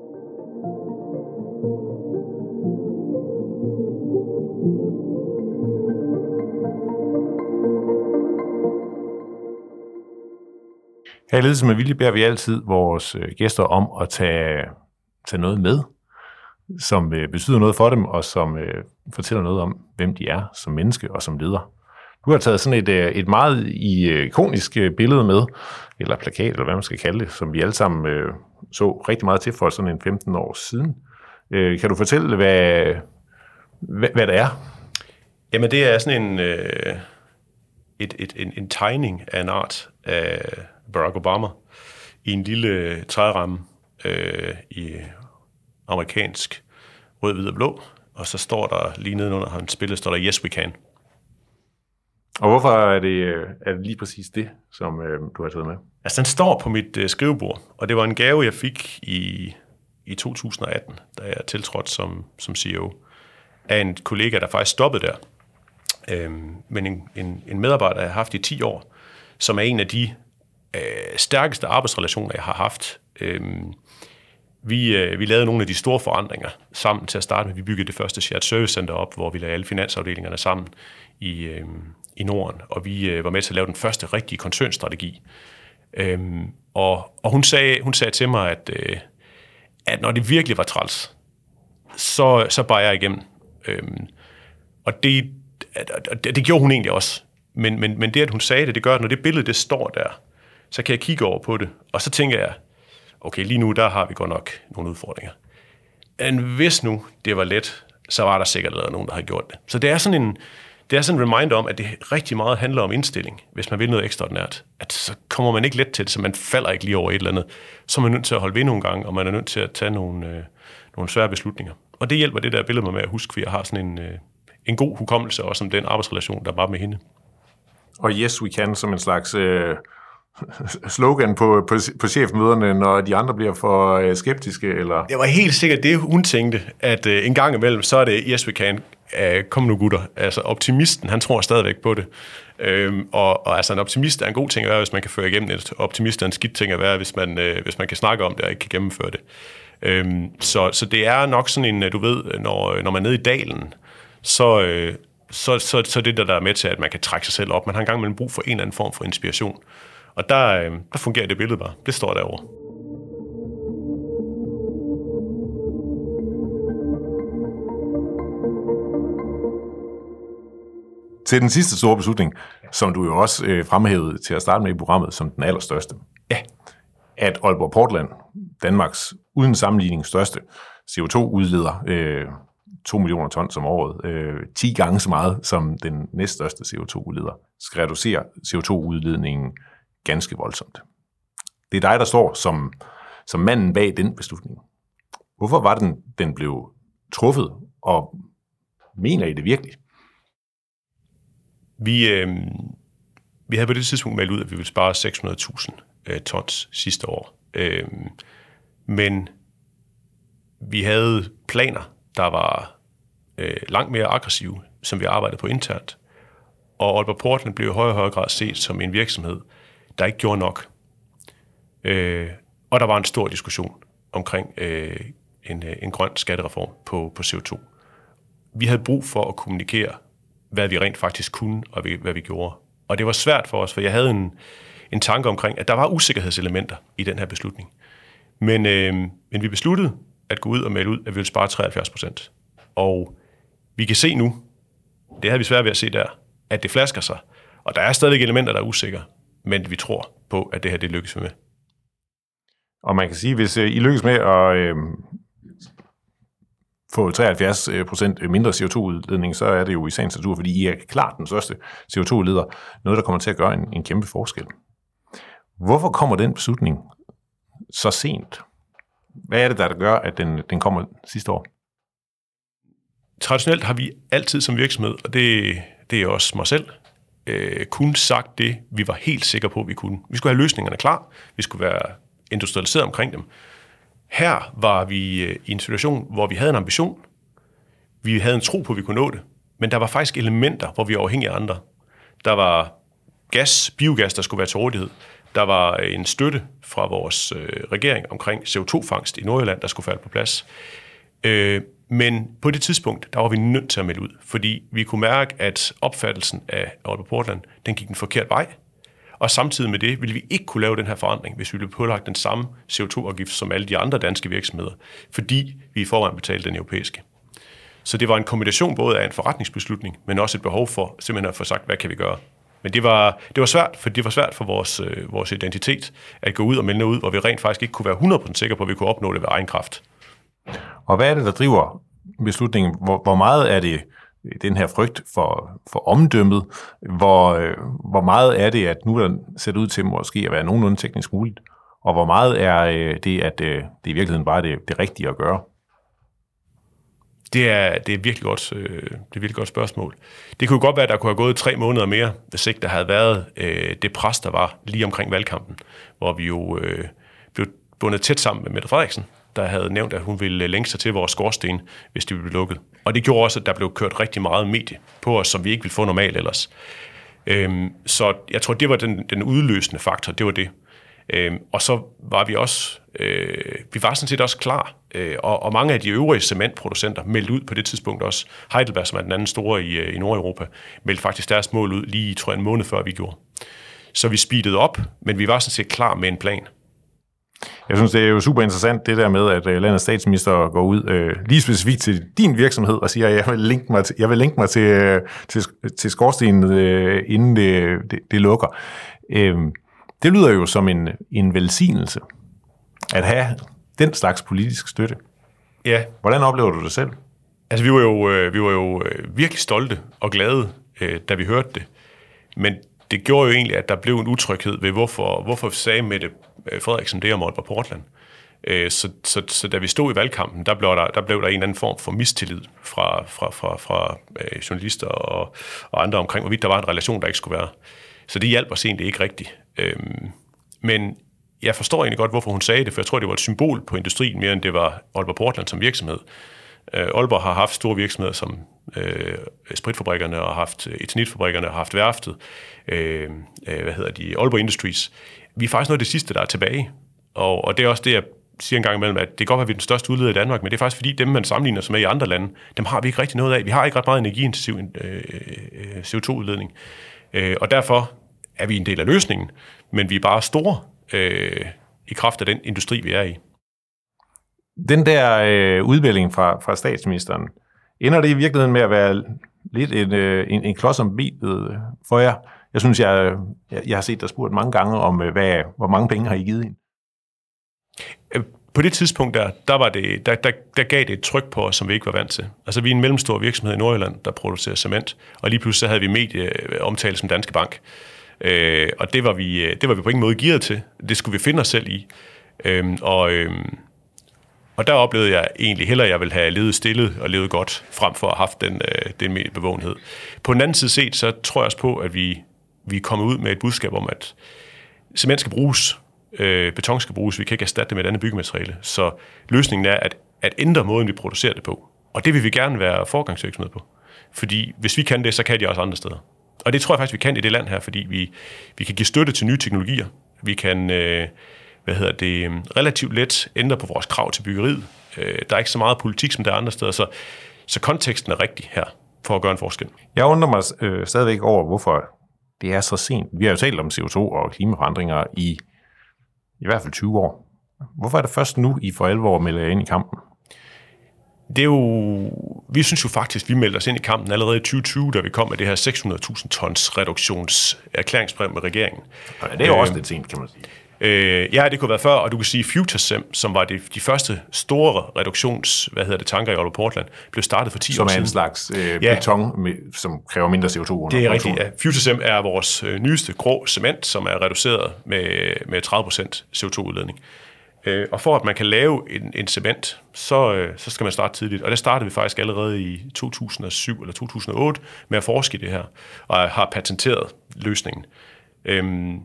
S1: Her i Ledelse med Vilje beder vi altid vores gæster om at tage, tage noget med, som betyder noget for dem, og som øh, fortæller noget om, hvem de er som menneske og som leder. Du har taget sådan et, et meget ikonisk billede med, eller plakat, eller hvad man skal kalde det, som vi alle sammen øh, så rigtig meget til for sådan en femten år siden. Øh, kan du fortælle, hvad, hvad, hvad det er?
S2: Jamen, det er sådan en, øh, et, et, en, en tegning af en art af Barack Obama i en lille træramme øh, i amerikansk rød, hvid og blå, og så står der lige nedenunder hans billede, står der Yes We Can.
S1: Og hvorfor er det, er det lige præcis det, som øh, du har taget med?
S2: Altså, den står på mit øh, skrivebord, og det var en gave, jeg fik i, i to tusind og atten, da jeg tiltrådte som, som C E O, af en kollega, der faktisk stoppede der. Øhm, men en, en, en medarbejder, jeg har haft i ti år, som er en af de øh, stærkeste arbejdsrelationer, jeg har haft. Øhm, vi, øh, vi lavede nogle af de store forandringer sammen til at starte med. Vi byggede det første shared service center op, hvor vi lavede alle finansafdelingerne sammen i, øh, i Norden, og vi øh, var med til at lave den første rigtige koncernstrategi. Øhm, og og hun, sagde, hun sagde til mig, at, øh, at når det virkelig var træls, så, så bar jeg igennem. Øhm, og det, det, det gjorde hun egentlig også. Men, men, men det, at hun sagde det, det gør, at når det billede det står der, så kan jeg kigge over på det. Og så tænker jeg, okay, lige nu der har vi godt nok nogle udfordringer. Men hvis nu det var let, så var der sikkert nogen, der har gjort det. Så det er sådan en, det er sådan en reminder om, at det rigtig meget handler om indstilling. Hvis man vil noget ekstraordinært, at så kommer man ikke let til det, så man falder ikke lige over et eller andet. Så er man nødt til at holde ved nogle gange, og man er nødt til at tage nogle, øh, nogle svære beslutninger. Og det hjælper det der billede mig med at huske, for jeg har sådan en, øh, en god hukommelse også om den arbejdsrelation, der var med hende.
S1: Og Yes We Can som en slags øh, slogan på, på, på chefmøderne, når de andre bliver for øh, skeptiske, eller?
S2: Det var helt sikkert det, hun tænkte, at øh, en gang imellem, så er det Yes We Can. Uh, kom nu gutter. Altså optimisten, han tror stadigvæk på det. Øhm, og, og altså en optimist er en god ting at være, hvis man kan føre igennem det. Optimist er en skidt ting at være, hvis man, øh, hvis man kan snakke om det og ikke kan gennemføre det. Øhm, så, så det er nok sådan en, du ved, når, når man er nede i dalen, så, øh, så, så, så det der, der er med til, at man kan trække sig selv op. Man har en gang imellem brug for en eller anden form for inspiration. Og der, øh, der fungerer det billede bare. Det står derovre.
S1: Til den sidste store beslutning, som du jo også øh, fremhævede til at starte med i programmet som den allerstørste.
S2: Ja.
S1: At Aalborg Portland, Danmarks uden sammenligning største C O to udleder, øh, to millioner ton som året, øh, ti gange så meget som den næststørste C O to udleder, skal reducere C O to udledningen ganske voldsomt. Det er dig, der står som, som manden bag den beslutning. Hvorfor var den, den blev truffet, og mener I det virkelig?
S2: Vi, øh, vi havde på det tidspunkt meldt ud, at vi ville spare seks hundrede tusind øh, tons sidste år. Øh, men vi havde planer, der var øh, langt mere aggressive, som vi arbejdede på internt. Og Aalborg Portland blev i højere og højere grad set som en virksomhed, der ikke gjorde nok. Øh, og der var en stor diskussion omkring øh, en, en grøn skattereform på, på C O to. Vi havde brug for at kommunikere, hvad vi rent faktisk kunne, og hvad vi gjorde. Og det var svært for os, for jeg havde en, en tanke omkring, at der var usikkerhedselementer i den her beslutning. Men, øh, men vi besluttede at gå ud og melde ud, at vi ville spare treoghalvfjerds procent. Og vi kan se nu, det havde vi svært ved at se der, at det flasker sig. Og der er stadig elementer, der er usikre, men vi tror på, at det her det lykkes vi med.
S1: Og man kan sige, hvis I lykkes med at øh, få treoghalvfjerds procent mindre C O to udledning, så er det jo i sagens natur, fordi I er klart den største C O to udleder, noget, der kommer til at gøre en, en kæmpe forskel. Hvorfor kommer den beslutning så sent? Hvad er det, der gør, at den, den kommer sidste år?
S2: Traditionelt har vi altid som virksomhed, og det, det er også mig selv, øh, kun sagt det, vi var helt sikre på, at vi kunne. Vi skulle have løsningerne klar, vi skulle være industrialiseret omkring dem. Her var vi i en situation, hvor vi havde en ambition, vi havde en tro på, at vi kunne nå det, men der var faktisk elementer, hvor vi var afhængige af andre. Der var gas, biogas, der skulle være til rådighed. Der var en støtte fra vores øh, regering omkring C O to fangst i Nordjylland, der skulle falde på plads. Øh, men på det tidspunkt, der var vi nødt til at melde ud, fordi vi kunne mærke, at opfattelsen af Aalborg Portland, den gik den forkerte vej. Og samtidig med det ville vi ikke kunne lave den her forandring, hvis vi ville pålagt den samme C O to afgift som alle de andre danske virksomheder, fordi vi i forvejen betalte den europæiske. Så det var en kombination både af en forretningsbeslutning, men også et behov for simpelthen at få sagt, hvad kan vi gøre? Men det var, det var svært, for det var svært for vores, øh, vores identitet at gå ud og melde ud, hvor vi rent faktisk ikke kunne være hundrede procent sikre på, at vi kunne opnå det ved egen kraft.
S1: Og hvad er det, der driver beslutningen? Hvor, hvor meget er det den her frygt for, for omdømmet. Hvor, øh, hvor meget er det, at nu er der set ud til måske at være nogenlunde teknisk muligt, og hvor meget er øh, det, at øh, det i virkeligheden bare er det, det rigtige at gøre?
S2: Det er, det er virkelig godt, øh, det er virkelig godt spørgsmål. Det kunne godt være, at der kunne have gået tre måneder mere, hvis ikke der havde været øh, det pres, der var lige omkring valgkampen, hvor vi jo øh, blev bundet tæt sammen med Mette Frederiksen, der havde nævnt, at hun ville længe sig til vores skorsten, hvis de blev lukket. Og det gjorde også, at der blev kørt rigtig meget medie på os, som vi ikke ville få normalt ellers. Øhm, så jeg tror, det var den, den udløsende faktor, det var det. Øhm, og så var vi også, øh, vi var sådan set også klar, øh, og, og mange af de øvrige cementproducenter meldte ud på det tidspunkt også. Heidelberg, som er den anden store i, i Nordeuropa, meldte faktisk deres mål ud lige, tror jeg, en måned før vi gjorde. Så vi speedede op, men vi var sådan set klar med en plan.
S1: Jeg synes, det er jo super interessant, det der med, at landets statsminister går ud øh, lige specifikt til din virksomhed og siger, at jeg vil linke mig til, jeg vil linke mig til, til, til skorstenen, øh, inden det, det, det lukker. Øh, det lyder jo som en, en velsignelse at have den slags politisk støtte.
S2: Ja.
S1: Hvordan oplever du det selv?
S2: Altså, vi var jo, øh, vi var jo øh, virkelig stolte og glade, øh, da vi hørte det. Men det gjorde jo egentlig, at der blev en utryghed ved, hvorfor, hvorfor sagde Mette Frederiksen det om Aalborg Portland. Så, så, så da vi stod i valgkampen, der blev der, der blev der en eller anden form for mistillid fra, fra, fra, fra øh, journalister og, og andre omkring, hvorvidt der var en relation, der ikke skulle være. Så det hjalp os egentlig ikke rigtigt. Øhm, men jeg forstår egentlig godt, hvorfor hun sagde det, for jeg tror, det var et symbol på industrien, mere end det var Aalborg Portland som virksomhed. Øh, Aalborg har haft store virksomheder som øh, spritfabrikkerne og haft eternitfabrikkerne og haft værftet. Øh, øh, hvad hedder de? Aalborg Industries. Vi er faktisk noget af det sidste, der er tilbage. Og, og det er også det, jeg siger en gang imellem, at det kan godt være, at vi er den største udleder i Danmark, men det er faktisk fordi, dem, man sammenligner sig med i andre lande, dem har vi ikke rigtig noget af. Vi har ikke ret meget energiintensiv øh, C O to udledning. Øh, og derfor er vi en del af løsningen, men vi er bare store øh, i kraft af den industri, vi er i.
S1: Den der øh, udmelding fra, fra statsministeren, ender det i virkeligheden med at være lidt en, øh, en, en klods om benet for jer? Jeg synes, jeg, jeg, jeg har set dig spurgt mange gange om, hvad, hvor mange penge har I givet ind?
S2: På det tidspunkt der, der, var det, der, der, der gav det et tryk på os, som vi ikke var vant til. Altså, vi er en mellemstor virksomhed i Nordjylland, der producerer cement, og lige pludselig så havde vi medie omtalt som Danske Bank. Øh, og det var, vi, det var vi på ingen måde gearet til. Det skulle vi finde os selv i. Øh, og, øh, og der oplevede jeg egentlig hellere, at jeg ville have levet stille og levet godt, frem for at have haft den, øh, den mediebevågenhed. På den anden side set, så tror jeg også på, at vi Vi er kommet ud med et budskab om, at cement skal bruges, øh, beton skal bruges, vi kan ikke erstatte det med et andet byggemateriale. Så løsningen er at, at ændre måden, vi producerer det på. Og det vil vi gerne være forgangsvirksomhed på. Fordi hvis vi kan det, så kan de også andre steder. Og det tror jeg faktisk, vi kan i det land her, fordi vi, vi kan give støtte til nye teknologier. Vi kan øh, hvad hedder det, relativt let ændre på vores krav til byggeriet. Øh, der er ikke så meget politik, som der er andre steder, så, så konteksten er rigtig her for at gøre en forskel.
S1: Jeg undrer mig øh, stadigvæk over, hvorfor det er så sent. Vi har jo talt om C O to og klimaforandringer i i hvert fald tyve år. Hvorfor er det først nu, I for alvor melder jer ind i kampen?
S2: Det er jo, vi synes jo faktisk, vi meldte os ind i kampen allerede i tyve tyve, da vi kom med det her seks hundrede tusind tons reduktionserklæringsbrev med regeringen.
S1: Ja, det er jo øh, også lidt sent, kan man sige.
S2: Øh, ja, det kunne være før, og du kan sige FutureSem, som var de, de første store reduktions, hvad hedder det, tanker i Aalborg Portland, blev startet for ti
S1: som
S2: år siden.
S1: Som er en slags øh, ja. beton, med, som kræver mindre C O to.
S2: Det er rigtigt, ja. FutureSem er vores øh, nyeste grå cement, som er reduceret med, med tredive procent C O to udledning. Øh, og for at man kan lave en, en cement, så, øh, så skal man starte tidligt. Og det startede vi faktisk allerede i to tusind og syv eller to tusind og otte med at forske i det her, og har patenteret løsningen. Øhm,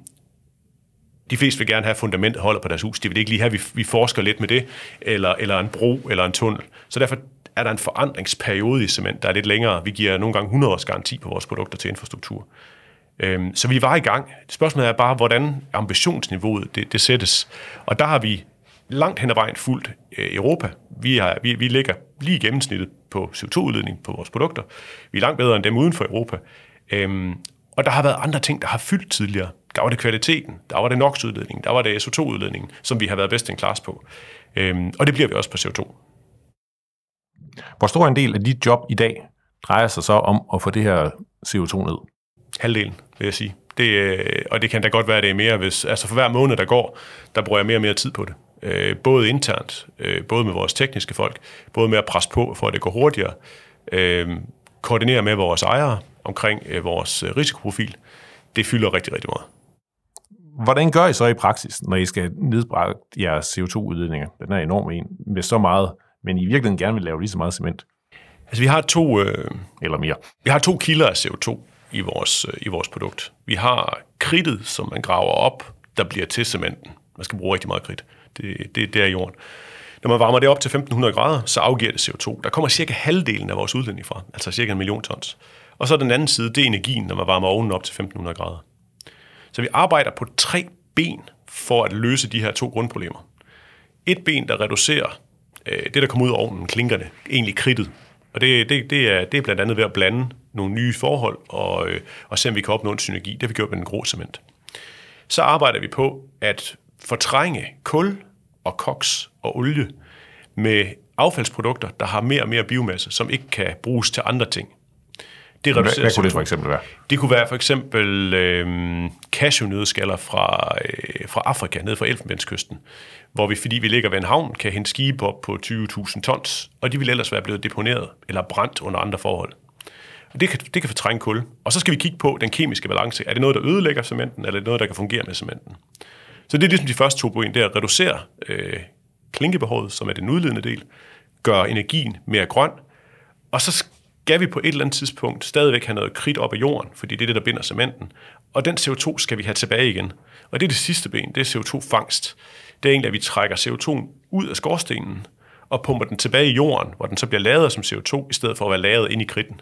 S2: De fleste vil gerne have fundamentet holder på deres hus. De vil ikke lige have, at vi, vi forsker lidt med det, eller, eller en bro, eller en tunnel. Så derfor er der en forandringsperiode i cement, der er lidt længere. Vi giver nogle gange hundrede års garanti på vores produkter til infrastruktur. Øhm, så vi var i gang. Spørgsmålet er bare, hvordan ambitionsniveauet det, det sættes. Og der har vi langt hen ad vejen fulgt øh, Europa. Vi, har, vi, vi ligger lige i gennemsnittet på C O to udledning på vores produkter. Vi er langt bedre end dem uden for Europa. Øhm, og der har været andre ting, der har fyldt tidligere. Der var det kvaliteten, der var det N O X-udledningen, der var det S O to udledningen, som vi har været bedst in class på. Øhm, og det bliver vi også på C O to.
S1: Hvor stor en del af dit job i dag drejer sig så om at få det her C O to ned?
S2: Halvdelen, vil jeg sige. Det, og det kan da godt være, at det er mere, hvis, altså for hver måned, der går, der bruger jeg mere og mere tid på det. Øh, både internt, øh, både med vores tekniske folk, både med at presse på, for at det går hurtigere. Øh, koordinere med vores ejere omkring øh, vores øh, risikoprofil, det fylder rigtig, rigtig meget.
S1: Hvordan gør I så i praksis, når I skal nedbringe jeres C O to udledninger? Den er enorm en med så meget, men I virkelig gerne vil lave lige så meget cement.
S2: Altså vi har to, øh,
S1: eller mere.
S2: Vi har to kilder af C O to i vores, øh, i vores produkt. Vi har kridtet, som man graver op, der bliver til cementen. Man skal bruge rigtig meget kridt. Det, det, det er jorden. Når man varmer det op til femten hundrede grader, så afgiver det C O to. Der kommer cirka halvdelen af vores udledning fra, altså cirka en million tons. Og så den anden side, det er energien, når man varmer ovnen op til femten hundrede grader. Så vi arbejder på tre ben for at løse de her to grundproblemer. Et ben, der reducerer øh, det, der kommer ud af ovnen, klinkerne, egentlig kridtet. Og det, det, det, er, det er blandt andet ved at blande nogle nye forhold og, øh, og se, om vi kan opnå en synergi. Det har vi gjort med den grå cement. Så arbejder vi på at fortrænge kul og koks og olie med affaldsprodukter, der har mere og mere biomasse, som ikke kan bruges til andre ting.
S1: Det hvad, hvad kunne det for eksempel være?
S2: Det kunne være for eksempel øh, cashewnøddeskaller fra, øh, fra Afrika, ned fra Elfenbenskysten, hvor vi, fordi vi ligger ved en havn, kan hente skibe op på tyve tusind tons, og de vil ellers være blevet deponeret eller brændt under andre forhold. Det kan, det kan fortrænge kul. Og så skal vi kigge på den kemiske balance. Er det noget, der ødelægger cementen, eller er det noget, der kan fungere med cementen? Så det er ligesom de første to point, det er at reducere øh, klinkebehovet, som er den udledende del, gøre energien mere grøn, og så skal vi på et eller andet tidspunkt stadigvæk have noget kridt op af jorden, fordi det er det, der binder cementen. Og den C O to skal vi have tilbage igen. Og det er det sidste ben, det er C O to-fangst. Det er egentlig, at vi trækker C O to ud af skorstenen og pumper den tilbage i jorden, hvor den så bliver lagret som C O to, i stedet for at være lagret ind i kridten.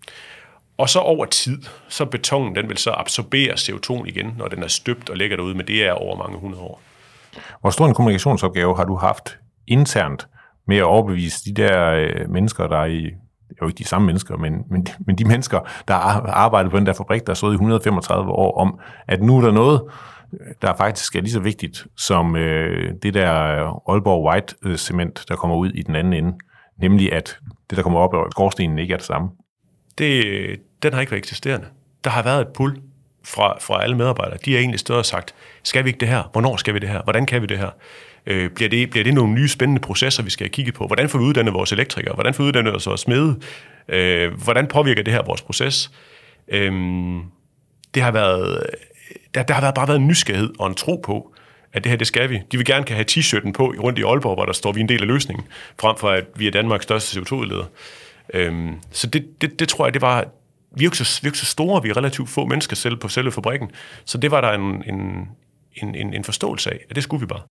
S2: Og så over tid, så betongen, den vil så absorbere C O to'en igen, når den er støbt og ligger derude, men det er over mange hundrede år.
S1: Hvor stor en kommunikationsopgave har du haft internt med at overbevise de der øh, mennesker, der er i, jo ikke de samme mennesker, men, men, men de mennesker, der har arbejdet på den der fabrik, der har stået i et hundrede og femogtredive år, om at nu er der noget, der faktisk er lige så vigtigt som øh, det der Aalborg White cement, der kommer ud i den anden ende, nemlig at det, der kommer op af skorstenen, ikke er det samme.
S2: Det, den har ikke været eksisterende. Der har været et pull fra, fra alle medarbejdere. De har egentlig stået og sagt, skal vi ikke det her? Hvornår skal vi det her? Hvordan kan vi det her? Øh, bliver, det, bliver det nogle nye spændende processer, vi skal have kigget på? Hvordan får vi uddannet vores elektrikere? Hvordan får vi uddannet vores smede? Øh, hvordan påvirker det her vores proces? Øh, det har været, der, der har været, bare været en nysgerrighed og en tro på, at det her, det skal vi. De vil gerne kan have t-shirten på rundt i Aalborg, hvor der står, vi er en del af løsningen, frem for at vi er Danmarks største C O to-udleder. Øhm, så det, det, det tror jeg, det var, vi er jo ikke så, vi er ikke så store, vi er relativt få mennesker selv på selve fabrikken, så det var der en, en, en, en, en forståelse af, at det skulle vi bare.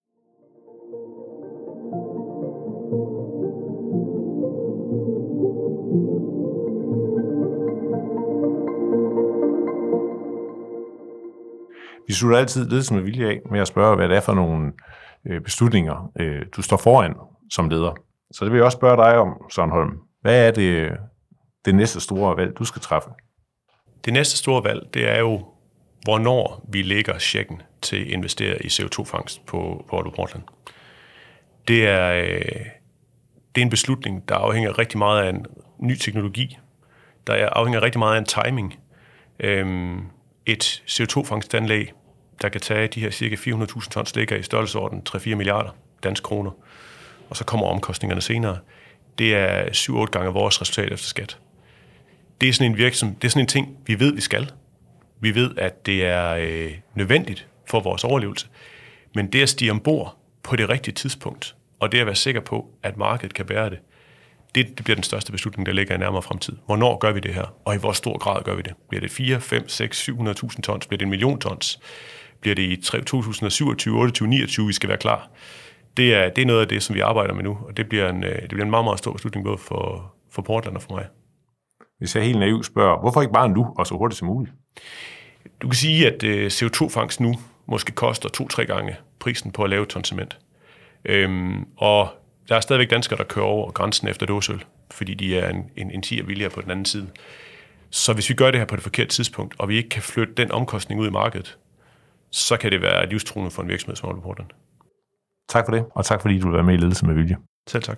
S1: Vi slutter altid ledelse med vilje af med at spørge, hvad det er for nogle øh, beslutninger, øh, du står foran som leder. Så det vil jeg også spørge dig om, Søren Holm. Hvad er det, det næste store valg, du skal træffe?
S2: Det næste store valg, det er jo, hvornår vi lægger checken til at investere i C O to-fangst på, på Aalborg Portland. Det er, øh, det er en beslutning, der afhænger rigtig meget af en ny teknologi. Der afhænger rigtig meget af en timing. Øhm, et C O to-fangstanlæg, der kan tage de her cirka fire hundrede tusind tons, ligger i størrelsesorden tre til fire milliarder danske kroner. Og så kommer omkostningerne senere. Det er syv otte gange vores resultat efter skat. Det er sådan en virksomhed, det er sådan en ting, vi ved, vi skal. Vi ved, at det er øh, nødvendigt for vores overlevelse. Men det at stige ombord på det rigtige tidspunkt, og det at være sikker på, at markedet kan bære det, det, det bliver den største beslutning, der ligger i nærmere fremtid. Hvornår gør vi det her? Og i hvor stor grad gør vi det? Bliver det fire, fem, seks, syv hundrede tusind tons? Bliver det en million tons? Bliver det i to tusind syvogtyve, otteogtyve, niogtyve, vi skal være klar? Det er, det er noget af det, som vi arbejder med nu, og det bliver en, det bliver en meget, meget stor beslutning, både for, for Portland og for mig.
S1: Hvis jeg helt naivt spørger, hvorfor ikke bare nu, og så hurtigt som muligt?
S2: Du kan sige, at uh, C O to-fangst nu måske koster to-tre gange prisen på at lave et ton cement. Øhm, og der er stadigvæk danskere, der kører over grænsen efter dåseøl, fordi de er en, en, en tier billigere på den anden side. Så hvis vi gør det her på det forkerte tidspunkt, og vi ikke kan flytte den omkostning ud i markedet, så kan det være livstruende for en virksomhed som Aalborg Portland.
S1: Tak for det, og tak fordi du vil være med i Ledelse med Vilje.
S2: Selv tak.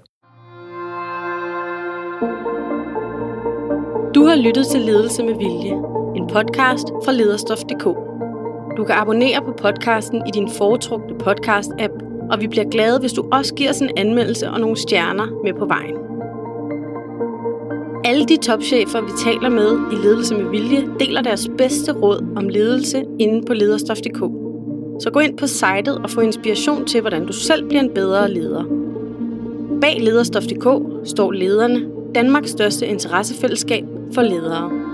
S3: Du har lyttet til Ledelse med Vilje, en podcast fra lederstof punktum d k. Du kan abonnere på podcasten i din foretrukne podcast-app, og vi bliver glade, hvis du også giver os en anmeldelse og nogle stjerner med på vejen. Alle de topchefer, vi taler med i Ledelse med Vilje, deler deres bedste råd om ledelse inde på lederstof punktum d k. Så gå ind på sitet og få inspiration til, hvordan du selv bliver en bedre leder. Bag lederstof punktum d k står Lederne, Danmarks største interessefællesskab for ledere.